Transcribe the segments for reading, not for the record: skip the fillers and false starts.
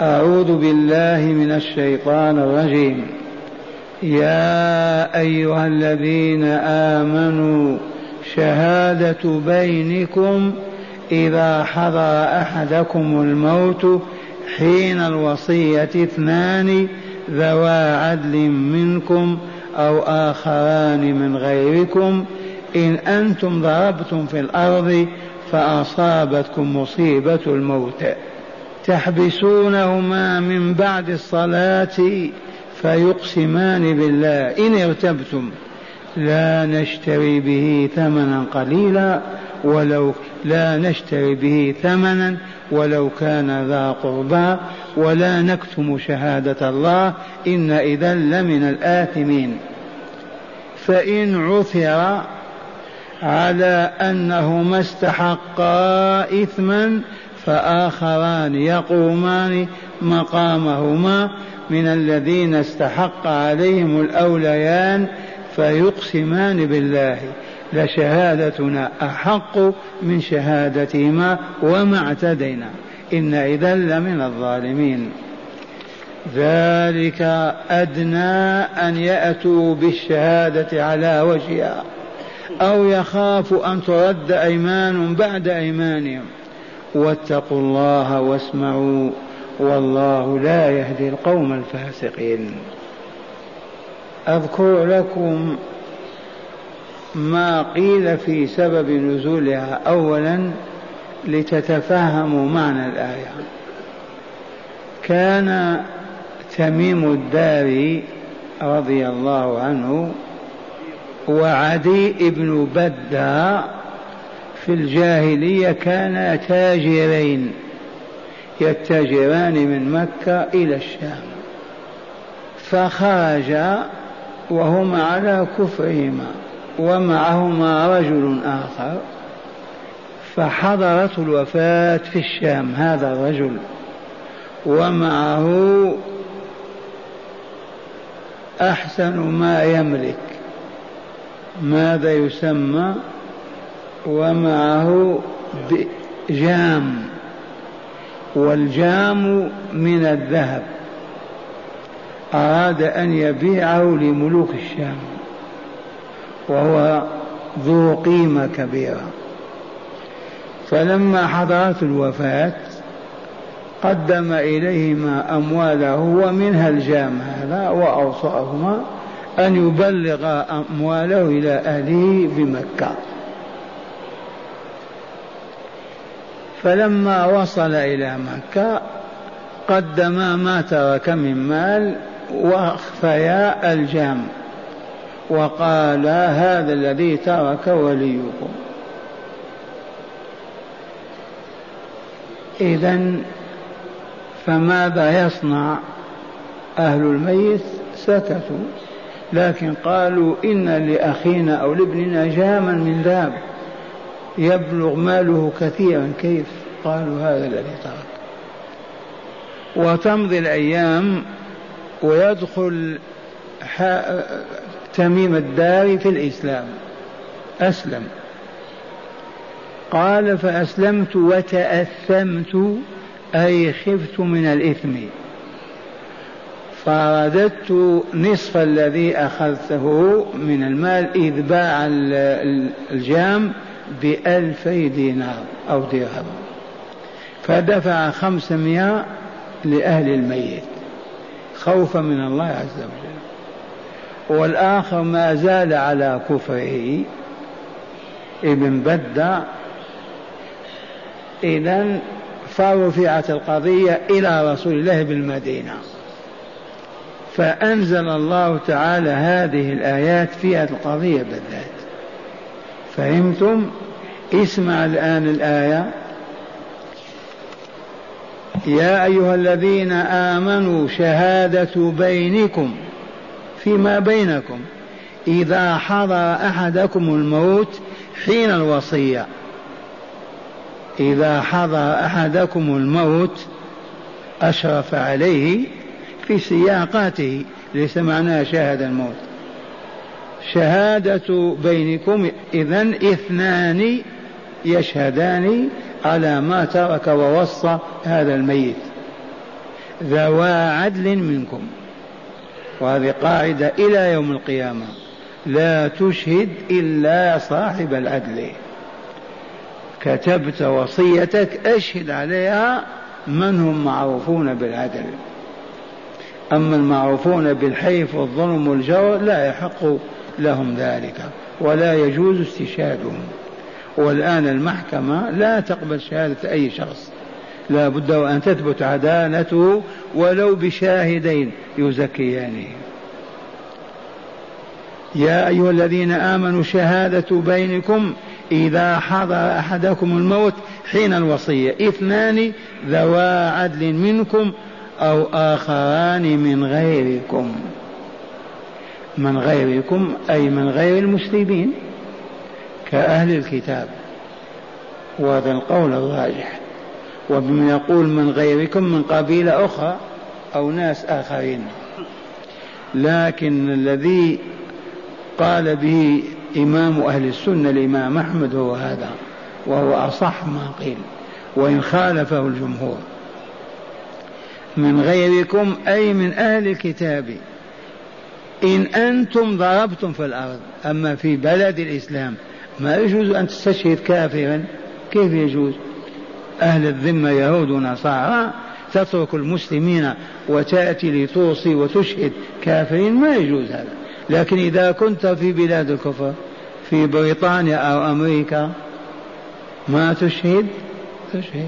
أعوذ بالله من الشيطان الرجيم. يا أيها الذين آمنوا شهادة بينكم إذا حضر أحدكم الموت حين الوصية اثنان ذوى عدل منكم أو آخران من غيركم إن أنتم ضربتم في الأرض فأصابتكم مصيبة الموت تحبسونهما من بعد الصلاة فيقسمان بالله إن ارتبتم لا نشتري به ثمنا قليلا ولو كان ذا قربى ولا نكتم شهادة الله إن إذا لمن الآثمين. فإن عثر على أنهما استحقا إثما فآخران يقومان مقامهما من الذين استحق عليهم الأوليان فيقسمان بالله لشهادتنا أحق من شهادتهما وما اعتدينا إن إذا لمن الظالمين. ذلك أدنى أن يأتوا بالشهادة على وجهها أو يخافوا أن ترد أيمان بعد أيمانهم واتقوا الله واسمعوا والله لا يهدي القوم الفاسقين. أذكر لكم ما قيل في سبب نزولها أولا لتتفهموا معنى الآية. كان تميم الداري رضي الله عنه وعدي بن بدة في الجاهلية كانا تاجرين يتجران من مكة إلى الشام، فخرجا وهما على كفرهما ومعهما رجل آخر، فحضرت الوفاة في الشام هذا الرجل ومعه أحسن ما يملك، ماذا يسمى، ومعه جام، والجام من الذهب، أراد أن يبيعه لملوك الشام وهو ذو قيمة كبيرة. فلما حضرت الوفاة قدم إليهما أمواله ومنها الجام هذا، وأوصاهما أن يبلغ أمواله إلى أهله بمكة. فلما وصل إلى مكة قدما ما ترك من مال واخفيا الجام وقال هذا الذي ترك وليكم. إذن فماذا يصنع أهل الميت؟ سكتوا، لكن قالوا إن لأخينا أو لابننا جاما من ذهب يبلغ ماله كثيرا، كيف؟ قالوا هذا الذي ترك. وتمضي الأيام ويدخل تميم الداري في الإسلام، أسلم. قال فأسلمت وتأثمت أي خفت من الإثم، فرددت نصف الذي أخذته من المال إذ باع الجام ب2000 دينار أو درهم، فدفع 500 لأهل الميت خوفا من الله عز وجل، والآخر ما زال على كفره ابن بدة. إذن فرفعت القضية إلى رسول الله بالمدينة، فأنزل الله تعالى هذه الآيات في القضية بالذات. فهمتم؟ اسمع الآن الآية: يا أيها الذين آمنوا شهادة بينكم فيما بينكم إذا حضر أحدكم الموت حين الوصية. إذا حضر أحدكم الموت أشرف عليه في سياقاته، ليس معناه شاهد الموت. شهادة بينكم إذن اثنان يشهدان على ما ترك ووصى هذا الميت. ذوى عدل منكم، وهذه قاعدة إلى يوم القيامة، لا تشهد إلا صاحب العدل. كتبت وصيتك أشهد عليها من هم معروفون بالعدل. أما المعروفون بالحيف والظلم والجور لا يحق لهم ذلك ولا يجوز استشهادهم. والآن المحكمة لا تقبل شهادة أي شخص، لا بد وأن تثبت عدالته ولو بشاهدين يزكيانه. يا أيها الذين آمنوا شهادة بينكم إذا حضر أحدكم الموت حين الوصية 2 ذوى عدل منكم أو آخران من غيركم. من غيركم أي من غير المسلمين كأهل الكتاب، وهذا القول الراجح. وبمن يقول من غيركم من قبيلة أخرى أو ناس آخرين، لكن الذي قال به إمام أهل السنة الإمام أحمد هو هذا، وهو أصح ما قيل وإن خالفه الجمهور. من غيركم أي من أهل الكتاب إن أنتم ضربتم في الأرض. أما في بلد الإسلام ما يجوز أن تستشهد كافرا، كيف يجوز؟ أهل الذمة يهود ونصارى تترك المسلمين وتأتي لتوصي وتشهد كافرين، ما يجوز هذا. لكن إذا كنت في بلاد الكفر في بريطانيا أو أمريكا ما تشهد؟ تشهد.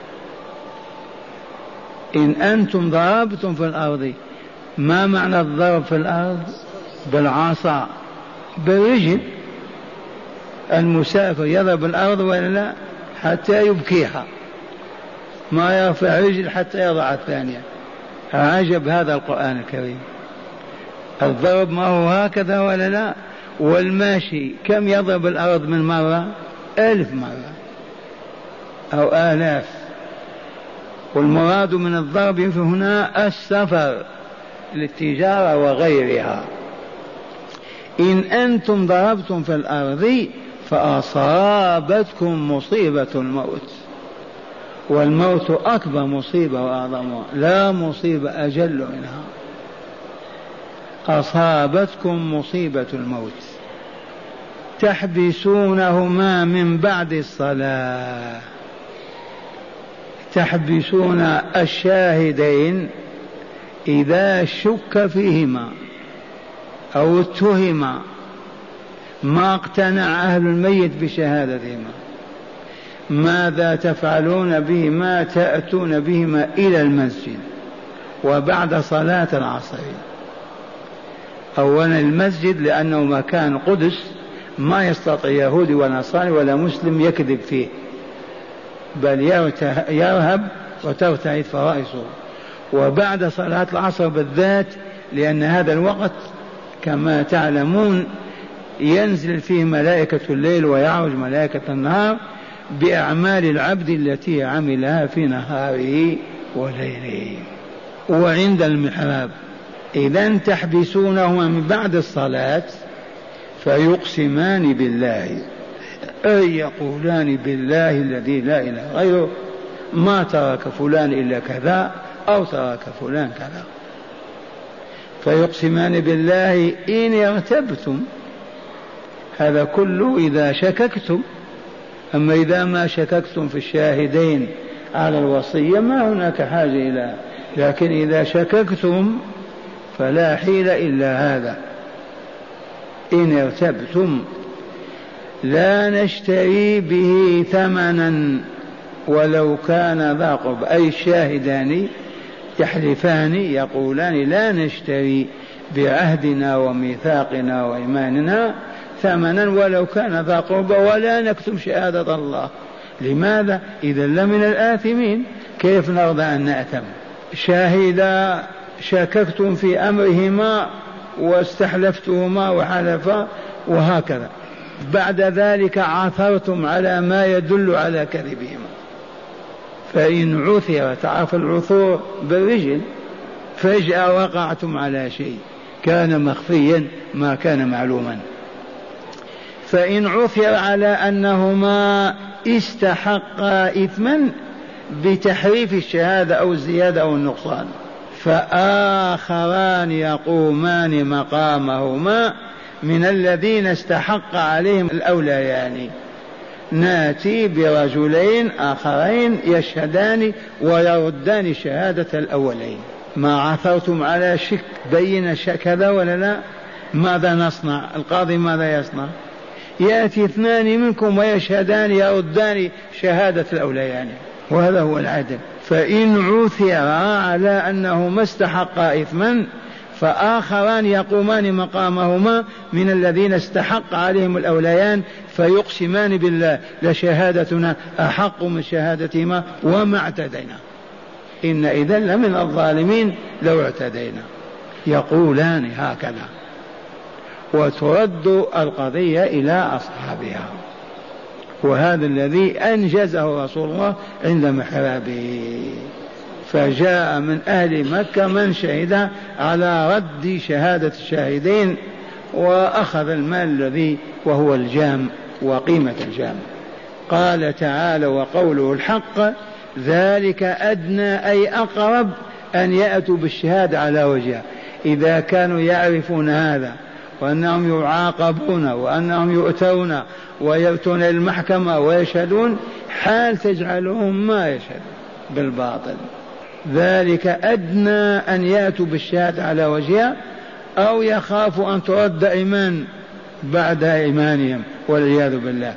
إن أنتم ضربتم في الأرض، ما معنى الضرب في الأرض؟ بالعصا بالرجل. المسافر يضرب الأرض ولا لا حتى يبكيها، ما يرفع رجل حتى يضع الثانية. عجب هذا القرآن الكريم. الضرب ما هو هكذا ولا لا؟ والماشي كم يضرب الأرض من مرة؟ 1000 مرة أو 1000. والمراد من الضرب هنا السفر للتجارة وغيرها. إن أنتم ضربتم في الأرض فأصابتكم مصيبة الموت، والموت أكبر مصيبة وأعظمها، لا مصيبة أجل منها. أصابتكم مصيبة الموت تحبسونهما من بعد الصلاة. تحبسون الشاهدين إذا شك فيهما أو اتهما، ما اقتنع أهل الميت بشهادتهما، ماذا تفعلون بهما؟ تأتون بهما إلى المسجد وبعد صلاة العصر. أولا المسجد لأنه مكان قدس ما يستطيع يهودي ولا نصراني ولا مسلم يكذب فيه، بل يرهب وترتعد فرائصه. وبعد صلاة العصر بالذات لأن هذا الوقت كما تعلمون ينزل فيه ملائكة الليل ويعرج ملائكة النهار بأعمال العبد التي عملها في نهاره وليله. وعند المحراب إذا تحبسونهما من بعد الصلاة فيقسمان بالله، أي يقولان بالله الذي لا إله غيره ما ترك فلان إلا كذا أو ترك فلان كذا. فيقسمان بالله إن ارتبتم، هذا كله إذا شككتم. أما إذا ما شككتم في الشاهدين على الوصية ما هناك حاجة إلى، لكن إذا شككتم فلا حيل إلا هذا. إن ارتبتم لا نشتري به ثمنا ولو كان ذا قرب، أي الشاهدان يحلفان يقولان لا نشتري بعهدنا وميثاقنا وإيماننا ثمنا ولو كان ذا قرب ولا نكتم شهادة الله. لماذا؟ إذا لمن الآثمين، كيف نرضى أن نأثم؟ شاهدا شككتم في أمرهما واستحلفتهما وحلفا وهكذا، بعد ذلك عثرتم على ما يدل على كذبهما. فإن عثر، تعرف العثور بالرجل، فجأة وقعتم على شيء كان مخفيا ما كان معلوما. فإن عثر على أنهما استحقا إثما بتحريف الشهادة أو الزيادة أو النقصان فآخران يقومان مقامهما من الذين استحق عليهم الأوليان. ناتي برجلين آخرين يشهدان ويردان شهادة الأولين. ما عثرتم على شك بين كذا ولا لا؟ ماذا نصنع؟ القاضي ماذا يصنع؟ يأتي اثنان منكم ويشهدان يردان شهادة الأوليان، وهذا هو العدل. فإن عثر على أنه ما استحق إثما فآخران يقومان مقامهما من الذين استحق عليهم الأوليان فيقسمان بالله لشهادتنا أحق من شهادتهما وما اعتدينا، إن إذن لمن الظالمين لو اعتدينا. يقولان هكذا وترد القضية إلى أصحابها. وهذا الذي أنجزه رسول الله عند محرابه. فجاء من أهل مكة من شهد على رد شهادة الشاهدين وأخذ المال الذي وهو الجام وقيمة الجام. قال تعالى وقوله الحق ذلك أدنى أي أقرب أن يأتوا بالشهادة على وجهها. إذا كانوا يعرفون هذا وأنهم يعاقبون وأنهم يؤتون ويأتون المحكمة ويشهدون، حال تجعلهم ما يشهد بالباطل. ذلك أدنى أن يأتوا بالشهادة على وجهها أو يخافوا أن ترد إيمان بعد إيمانهم والعياذ بالله.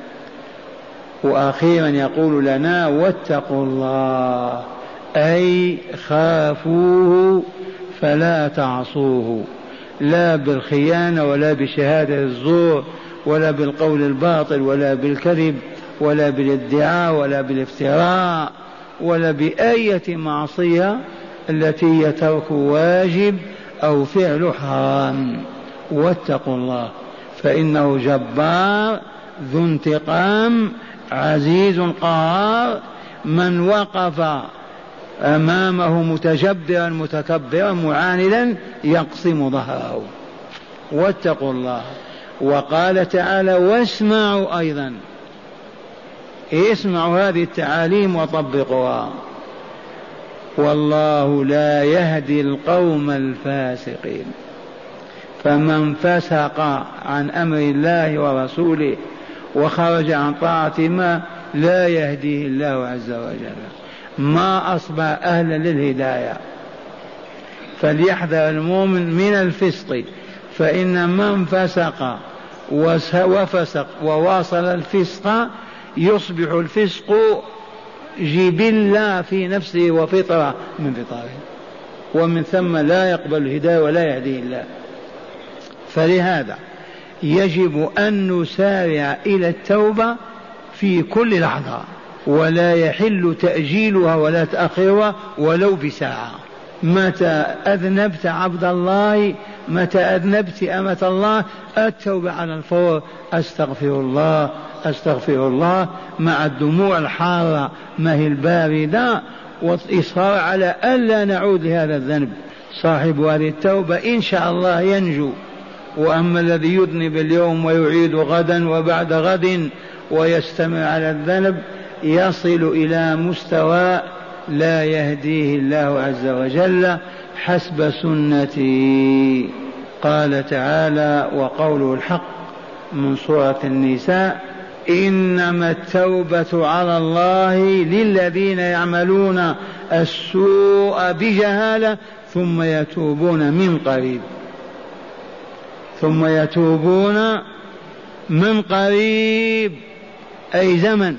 وأخيرا يقول لنا واتقوا الله أي خافوه فلا تعصوه، لا بالخيانة ولا بشهادة الزور ولا بالقول الباطل ولا بالكذب ولا بالادعاء ولا بالافتراء ولا بأية معصية التي هي ترك واجب أو فعل حرام. واتقوا الله فإنه جبار ذو انتقام عزيز قهار، من وقف أمامه متجبرا متكبرا معاندا يقسم ظهره. واتقوا الله. وقال تعالى واسمعوا أيضا، اسمعوا هذه التعاليم وطبقوها. والله لا يهدي القوم الفاسقين. فمن فسق عن أمر الله ورسوله وخرج عن طاعة ما لا يهديه الله عز وجل، ما أصبح أهلا للهداية. فليحذر المؤمن من الفسق، فإن من فسق وفسق وواصل الفسق يصبح الفسق جبلة في نفسه وفطرة من فطره، ومن ثم لا يقبل الهداية ولا يهديه الله. فلهذا يجب أن نسارع إلى التوبة في كل لحظة، ولا يحل تأجيلها ولا تأخيرها ولو بساعة. متى أذنبت عبد الله، متى أذنبت أمة الله، التوبة على الفور، أستغفر الله أستغفر الله مع الدموع الحارة ما هي الباردة، والإصرار على ألا نعود لهذا الذنب. صاحب هذه التوبة إن شاء الله ينجو. وأما الذي يذنب اليوم ويعيد غدا وبعد غد ويستمر على الذنب يصل إلى مستوى لا يهديه الله عز وجل حسب سنتي. قال تعالى وقوله الحق من سورة النساء إنما التوبة على الله للذين يعملون السوء بجهالة ثم يتوبون من قريب أي زمن.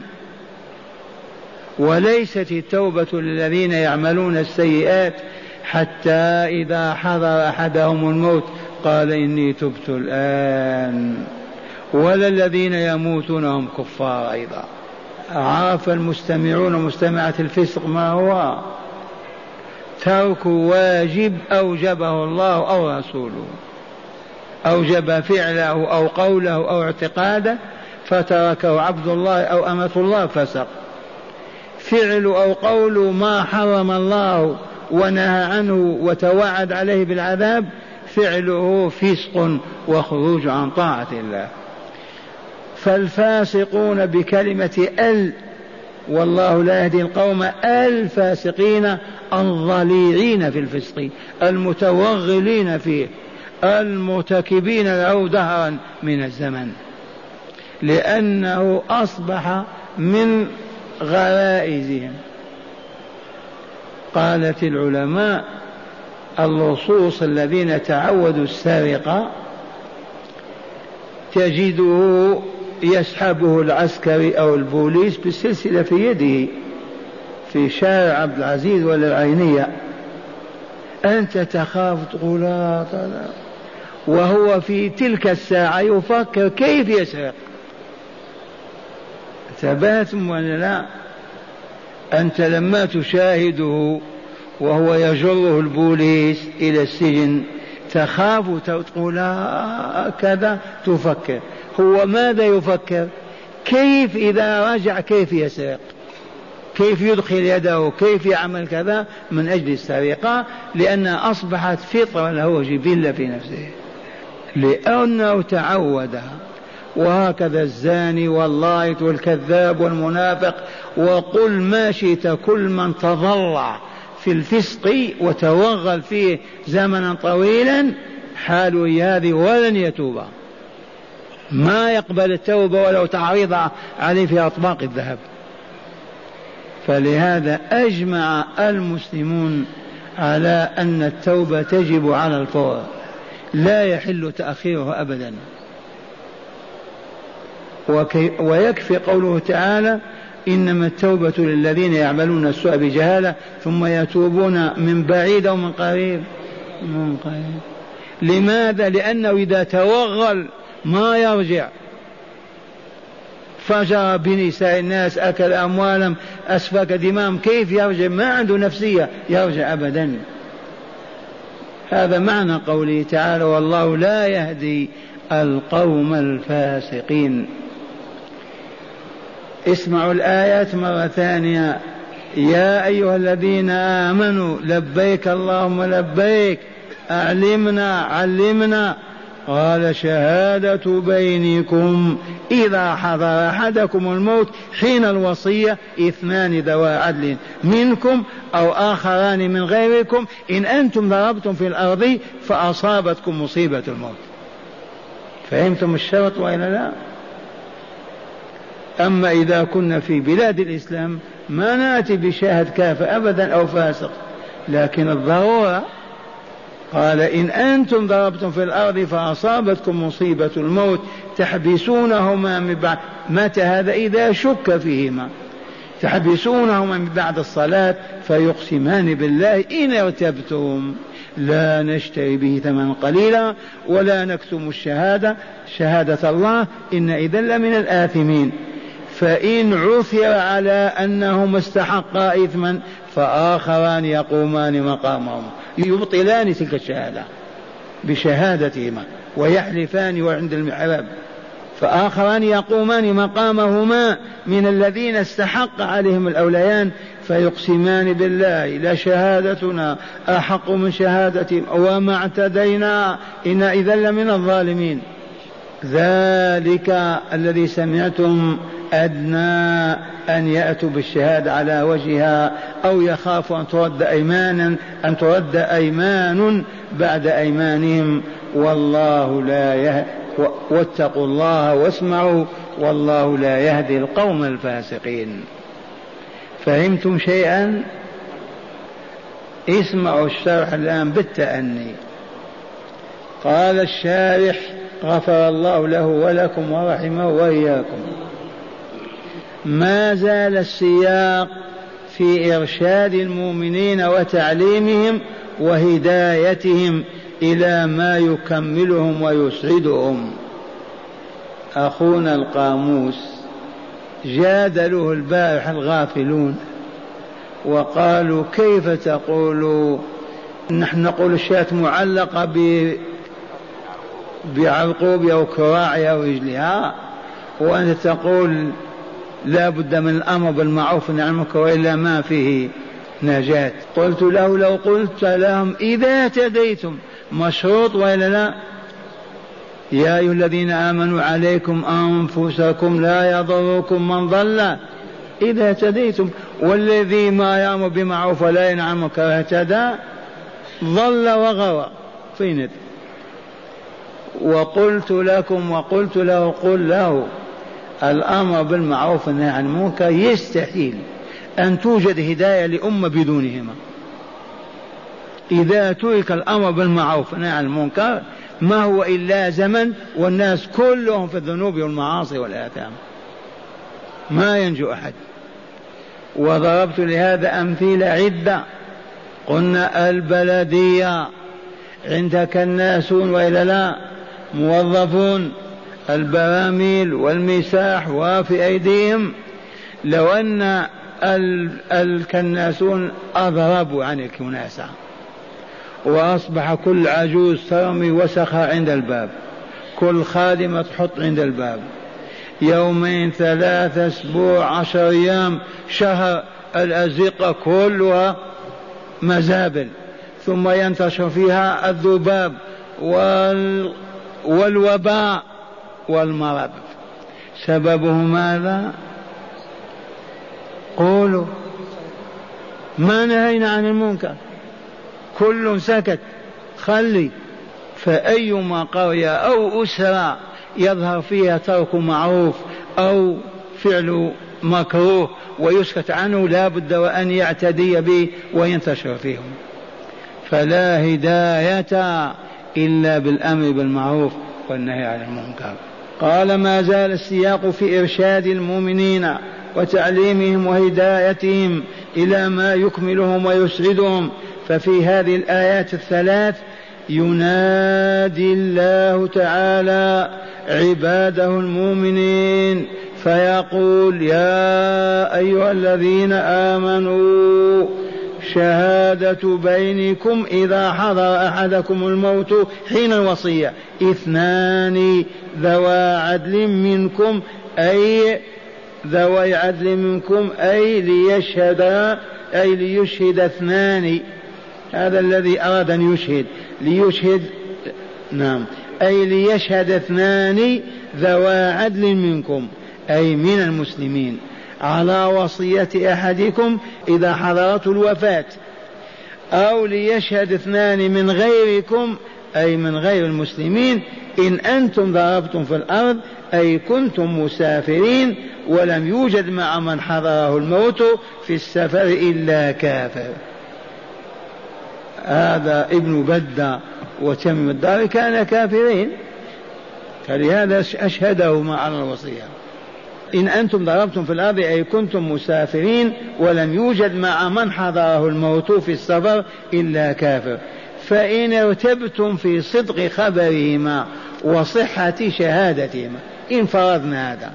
وليست التوبة للذين يعملون السيئات حتى إذا حضر أحدهم الموت قال إني تبت الآن، ولا الذين يموتون هم كفار أيضا. عرف المستمعون ومستمعات الفسق ما هو؟ ترك واجب أوجبه الله أو رسوله، أوجب فعله أو قوله أو اعتقاده فتركه عبد الله أو أمة الله فسق. فعل أو قول ما حرم الله ونهى عنه وتوعد عليه بالعذاب فعله فسق وخروج عن طاعة الله. فالفاسقون بكلمة ال والله لا يهدي القوم الفاسقين الضليعين في الفسق المتوغلين فيه المرتكبين له دهرا من الزمن، لأنه أصبح من غرائزهم. قالت العلماء اللصوص الذين تعودوا السرقة تجده يسحبه العسكري أو البوليس بالسلسلة في يده في شارع عبد العزيز ولا العينية، أنت تخاف تقول لا، وهو في تلك الساعة يفكر كيف يسرق. ثباتم ولا لا؟ أنت لما تشاهده وهو يجره البوليس إلى السجن تخاف تقول كذا، تفكر. هو ماذا يفكر؟ كيف إذا رجع كيف يسرق، كيف يدخل يده، كيف يعمل كذا من أجل السرقة، لأنها أصبحت فطرة له جبلة في نفسه لأنه تعودها. وهكذا الزاني واللايط والكذاب والمنافق وقل ما شئت، كل من تضلع في الفسق وتوغل فيه زمنا طويلا حاله هذه ولن يتوب، ما يقبل التوبة ولو تعرض عليه في أطباق الذهب. فلهذا أجمع المسلمون على أن التوبة تجب على الفور، لا يحل تأخيرها أبدا. ويكفي قوله تعالى إنما التوبة للذين يعملون السوء بجهالة ثم يتوبون من بعيد أو من قريب. لماذا؟ لأنه إذا توغل ما يرجع، فجر بنساء الناس، أكل أموالهم، أسفك دماءهم، كيف يرجع؟ ما عنده نفسية يرجع أبدا. هذا معنى قوله تعالى والله لا يهدي القوم الفاسقين. اسمعوا الآيات مرة ثانية. يا أيها الذين آمنوا لبيك اللهم لبيك، أعلمنا علمنا. قال شهادة بينكم إذا حضر أحدكم الموت حين الوصية 2 ذوى عدل منكم أو آخران من غيركم إن أنتم ضربتم في الأرض فأصابتكم مصيبة الموت. فهمتم الشرط وإلا لا؟ أما إذا كنا في بلاد الإسلام ما نأتي بشاهد كافر أبدا أو فاسق، لكن الضرورة. قال إن أنتم ضربتم في الأرض فأصابتكم مصيبة الموت تحبسونهما من بعد. متى هذا؟ إذا شك فيهما. تحبسونهما من بعد الصلاة فيقسمان بالله إن ارتبتم لا نشتري به ثمنا قليلا ولا نكتم الشهادة شهادة الله إن إذا لمن الآثمين. فإن عثر على أنهما استحقا إثما فآخران يقومان مقامهم يبطلان تلك الشهادة بشهادتهما ويحلفان وعند المحراب، فآخران يقومان مقامهما من الذين استحق عليهم الأوليان فيقسمان بالله لشهادتنا أحق من شهادتهم وما اعتدينا إن إذا لمن الظالمين. ذلك الذي سمعتم أدنى أن يأتوا بالشهادة على وجهها أو يخافوا أن ترد أيمان بعد أيمانهم والله لا يهدي واتقوا الله واسمعوا والله لا يهدي القوم الفاسقين. فهمتم شيئا؟ اسمعوا الشرح الآن بالتأني. قال الشارح غفر الله له ولكم ورحمه وإياكم: ما زال السياق في إرشاد المؤمنين وتعليمهم وهدايتهم إلى ما يكملهم ويسعدهم. أخونا القاموس جادلوه البارح الغافلون وقالوا كيف تقول نحن نقول الشاة معلقة بعرقوبها وكراعها ورجلها وأنت تقول لا بد من الأمر بالمعروف والنهي عن المنكر وإلا ما فيه نجاة. قلت له لو قلت لهم إذا اهتديتم مشروط وإلا لا؟ يا أيها الذين آمنوا عليكم أنفسكم لا يضركم من ضل إذا اهتديتم. والذي ما يأمر بمعروف ولا ينهى عن منكر اهتدى ضل وغوى. فين؟ وقلت لكم وقلت له قل له الأمر بالمعروف والنهي عن المنكر يستحيل أن توجد هداية لأمة بدونهما. إذا ترك الأمر بالمعروف والنهي عن المنكر ما هو إلا زمن والناس كلهم في الذنوب والمعاصي والآثام، ما ينجو أحد. وضربت لهذا أمثلة عدة. قلنا البلدية عندك الناسون وإلا لا موظفون، البراميل والمساح وفي أيديهم. لو أن الكناسون أضربوا عن الكناسة وأصبح كل عجوز ترمي وسخها عند الباب، كل خادمة تحط عند الباب، يومين 3 أسبوع 10 أيام شهر، الأزقة كلها مزابل، ثم ينتشر فيها الذباب والوباء والمرض. سببه ماذا؟ قولوا ما نهينا عن المنكر، كل سكت خلي. فأيما قرية أو أسرة يظهر فيها ترك معروف أو فعل مكروه ويسكت عنه لا بد وأن يعتدي به وينتشر فيهم. فلا هداية إلا بالأمر بالمعروف والنهي عن المنكر. قال ما زال السياق في إرشاد المؤمنين وتعليمهم وهدايتهم إلى ما يكملهم ويسعدهم. ففي هذه الآيات الثلاث ينادي الله تعالى عباده المؤمنين فيقول يا أيها الذين آمنوا شهادة بينكم إذا حضر أحدكم الموت حين الوصية 2 ذوى عدل منكم أي ذوي عدل منكم أي ليشهد 2. هذا الذي أراد أن يشهد ليشهد نعم أي ليشهد 2 ذوى عدل منكم أي من المسلمين على وصية أحدكم إذا حضرته الوفاة، أو ليشهد 2 من غيركم أي من غير المسلمين إن أنتم ضربتم في الأرض أي كنتم مسافرين ولم يوجد مع من حضره الموت في السفر إلا كافر. هذا ابن بدة وتميم الدار كان كافرين، فلهذا أشهدهما على الوصية. إن أنتم ضربتم في الأرض أي كنتم مسافرين ولم يوجد مع من حضره الموت في السفر إلا كافر. فإن ارتبتم في صدق خبرهما وصحة شهادتهما إن فرضنا هذا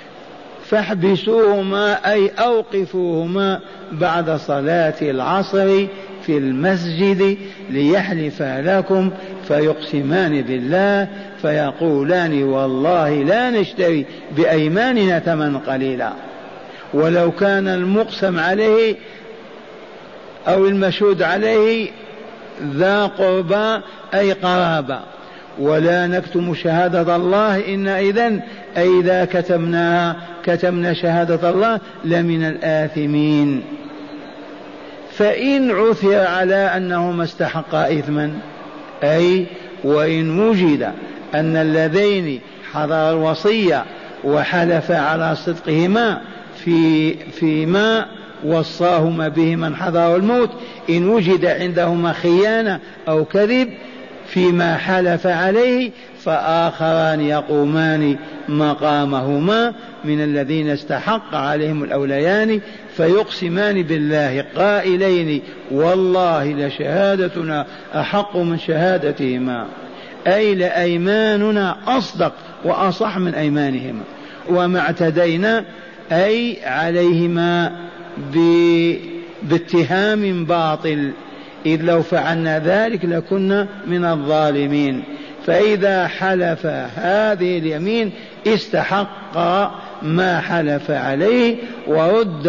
فاحبسوهما أي أوقفوهما بعد صلاة العصر في المسجد ليحلفا لكم فيقسمان بالله فيقولان والله لا نشتري بأيماننا ثمنا قليلا، ولو كان المقسم عليه أو المشهود عليه ذا قربى أي قرابة، ولا نكتم شهادة الله إن إذن أي إذا كتمنا شهادة الله لمن الآثمين. فإن عثر على أنهما استحقا إثما أي وإن وجد أن اللذين حضر الوصية وحلف على صدقهما فيما وصاهما به من حضر الموت، إن وجد عندهما خيانة أو كذب فيما حلف عليه فآخران يقومان مقامهما من الذين استحق عليهم الأوليان فيقسمان بالله قائلين والله لشهادتنا أحق من شهادتهما أي لأيماننا أصدق وأصح من أيمانهما وما اعتدينا أي عليهما باتهام باطل، إذ لو فعلنا ذلك لكنا من الظالمين. فإذا حلف هذه اليمين استحق ما حلف عليه ورد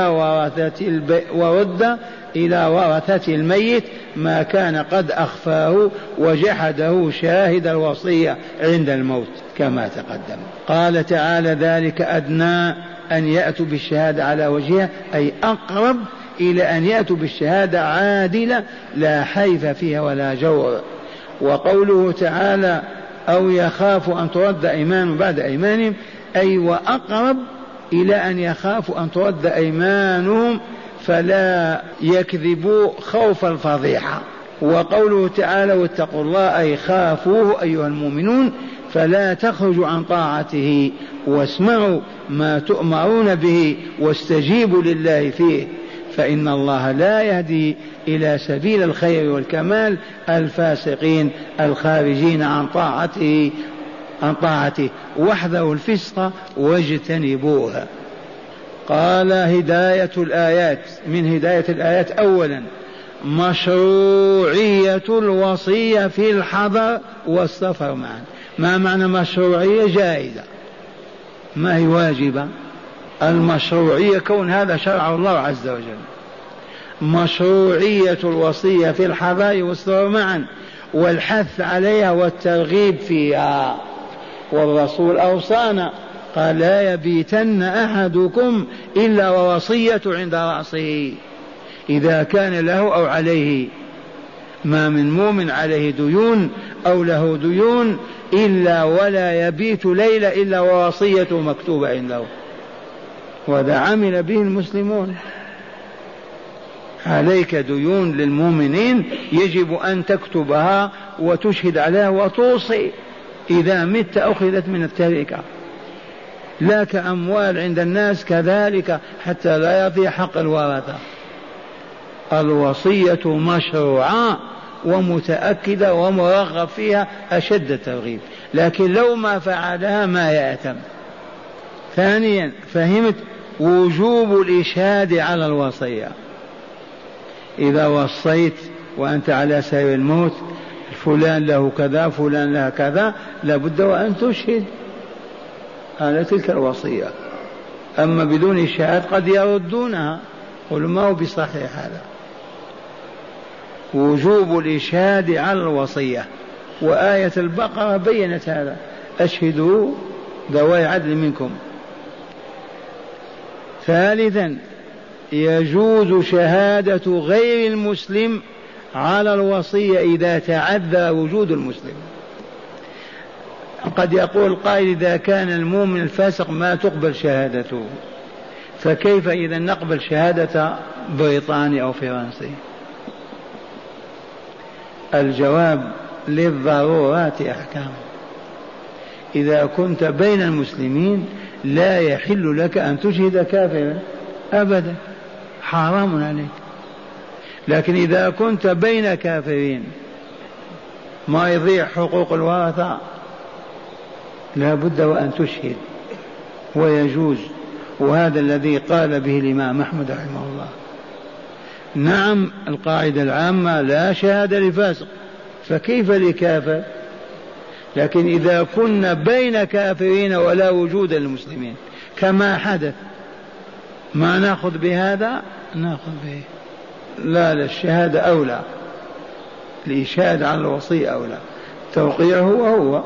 إلى ورثة الميت ما كان قد أخفاه وجحده شاهد الوصية عند الموت كما تقدم. قال تعالى ذلك أدنى أن يأتوا بالشهادة على وجهها، أي أقرب إلى أن يأتوا بالشهادة عادلة لا حيف فيها ولا جور. وقوله تعالى أو يخاف أن ترد أيمان بعد أيمانهم، أي وأقرب إلى أن يخافوا أن ترد أيمانهم فلا يكذبوا خوف الفضيحة. وقوله تعالى واتقوا الله، أي خافوه أيها المؤمنون فلا تخرجوا عن طاعته واسمعوا ما تؤمرون به واستجيبوا لله فيه، فإن الله لا يهدي إلى سبيل الخير والكمال الفاسقين الخارجين عن طاعته واحذروا الفسق واجتنبوها. قال هداية الآيات، من هداية الآيات أولا مشروعية الوصية في الحضر والسفر معا. ما معنى مشروعية؟ جائزة، ما هي واجبة. المشروعية كون هذا شرع الله عز وجل. مشروعية الوصية في الحضر والسفر معا والحث عليها والترغيب فيها. والرسول أوصانا قال لا يبيتن أحدكم إلا ووصية عند رأسه إذا كان له أو عليه. ما من مؤمن عليه ديون أو له ديون إلا ولا يبيت ليلة إلا ووصيته مكتوبة عنده، وهذا عمل به المسلمون. عليك ديون للمؤمنين يجب أن تكتبها وتشهد عليها وتوصي، إذا مت أخذت من التركة، لا كأموال عند الناس كذلك حتى لا يضيع حق الورثة. الوصية مشروعة ومتأكدة ومرغب فيها أشد الترغيب، لكن لو ما فعلها ما يأتم. ثانيا فهمت وجوب الإشهاد على الوصية. إذا وصيت وأنت على سبيل الموت فلان له كذا فلان له كذا لابد وأن تشهد على تلك الوصية. أما بدون الشهادة قد يردونها، قل ما هو بصحيح هذا. وجوب الإشهاد على الوصية، وآية البقرة بينت هذا، أشهدوا ذوي عدل منكم. ثالثا يجوز شهادة غير المسلم على الوصية إذا تعذر وجود المسلم. قد يقول قائل إذا كان المؤمن الفاسق ما تقبل شهادته، فكيف إذا نقبل شهادة بريطاني أو فرنسي؟ الجواب للضرورات أحكام. إذا كنت بين المسلمين لا يحل لك أن تشهد كافرا أبدا، حرام عليك. لكن إذا كنت بين كافرين ما يضيع حقوق الورثة لا بد وأن تشهد ويجوز. وهذا الذي قال به الإمام أحمد رحمه الله. نعم القاعدة العامة لا شهادة لفاسق، فكيف لكافر؟ لكن إذا كنا بين كافرين ولا وجود للمسلمين كما حدث ما نأخذ بهذا؟ نأخذ به. لا الشهادة أولى، الإشهاد على الوصية أولى، توقيعه وهو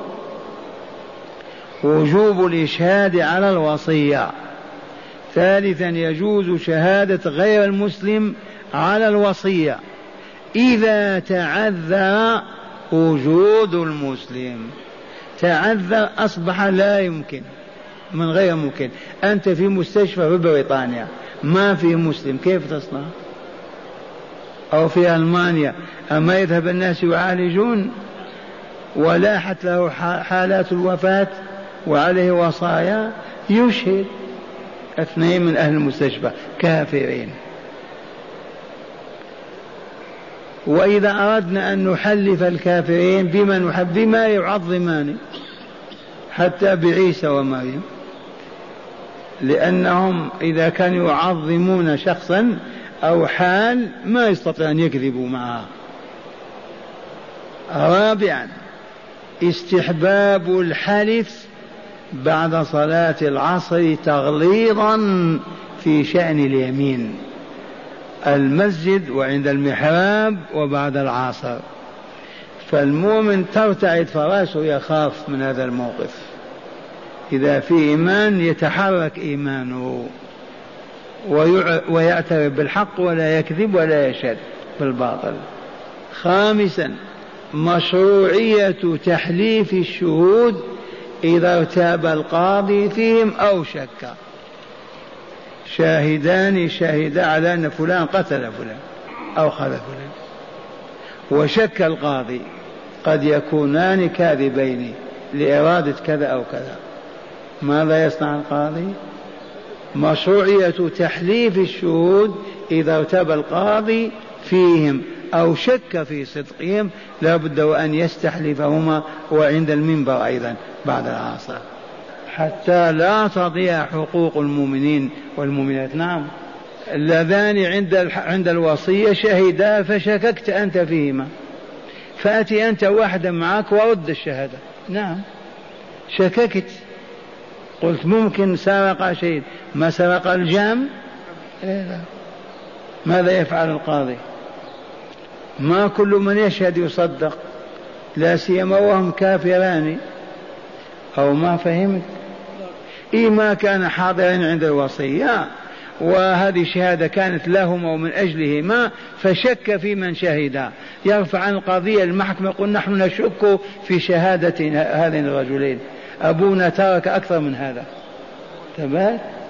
وجوب الإشهاد على الوصية. ثالثا يجوز شهادة غير المسلم على الوصية إذا تعذر وجود المسلم. تعذر أصبح لا يمكن، من غير ممكن. أنت في مستشفى في بريطانيا ما في مسلم، كيف تصنع؟ أو في ألمانيا أما يذهب الناس يعالجون ولاحت له حالات الوفاة وعليه وصايا، يشهد 2 من أهل المستشفى كافرين. وإذا أردنا أن نحلف الكافرين بما نحب بما يعظمان حتى بعيسى ومريم، لأنهم إذا كانوا يعظمون شخصا أو حال ما يستطيع أن يكذبوا معها. رابعا استحباب الحلف بعد صلاة العصر تغليظا في شأن اليمين، المسجد وعند المحراب وبعد العصر. فالمؤمن ترتعد فراسه يخاف من هذا الموقف، إذا في إيمان يتحرك إيمانه ويعترف بالحق ولا يكذب ولا يشهد بالباطل. خامسا مشروعية تحليف الشهود إذا ارتاب القاضي فيهم أو شك. شاهدان شهدا على أن فلان قتل فلان أو خذ فلان، وشك القاضي، قد يكونان كاذبين لإرادة كذا أو كذا، ماذا يصنع القاضي؟ مشروعية تحليف الشهود إذا ارتاب القاضي فيهم أو شك في صدقهم لا بد وأن يستحلفهما، وعند المنبر أيضا بعد العصر، حتى لا تضيع حقوق المؤمنين والمؤمنات. نعم، اللذان عند الوصية شهدا فشككت أنت فيهما، فأتي أنت واحدا معك ورد الشهادة. نعم، شككت، قلت ممكن سرق شيء، ما سرق الجام. لا. ماذا يفعل القاضي؟ ما كل من يشهد يصدق، لا سيما وهم كافران، أو ما فهمت؟ ما كان حاضرا عند الوصية وهذه الشهادة كانت لهم أو من أجلهما، فشك في من شهد، يرفع عن القضية المحكمة يقول نحن نشك في شهادة هذين الرجلين، أبونا ترك أكثر من هذا. تبات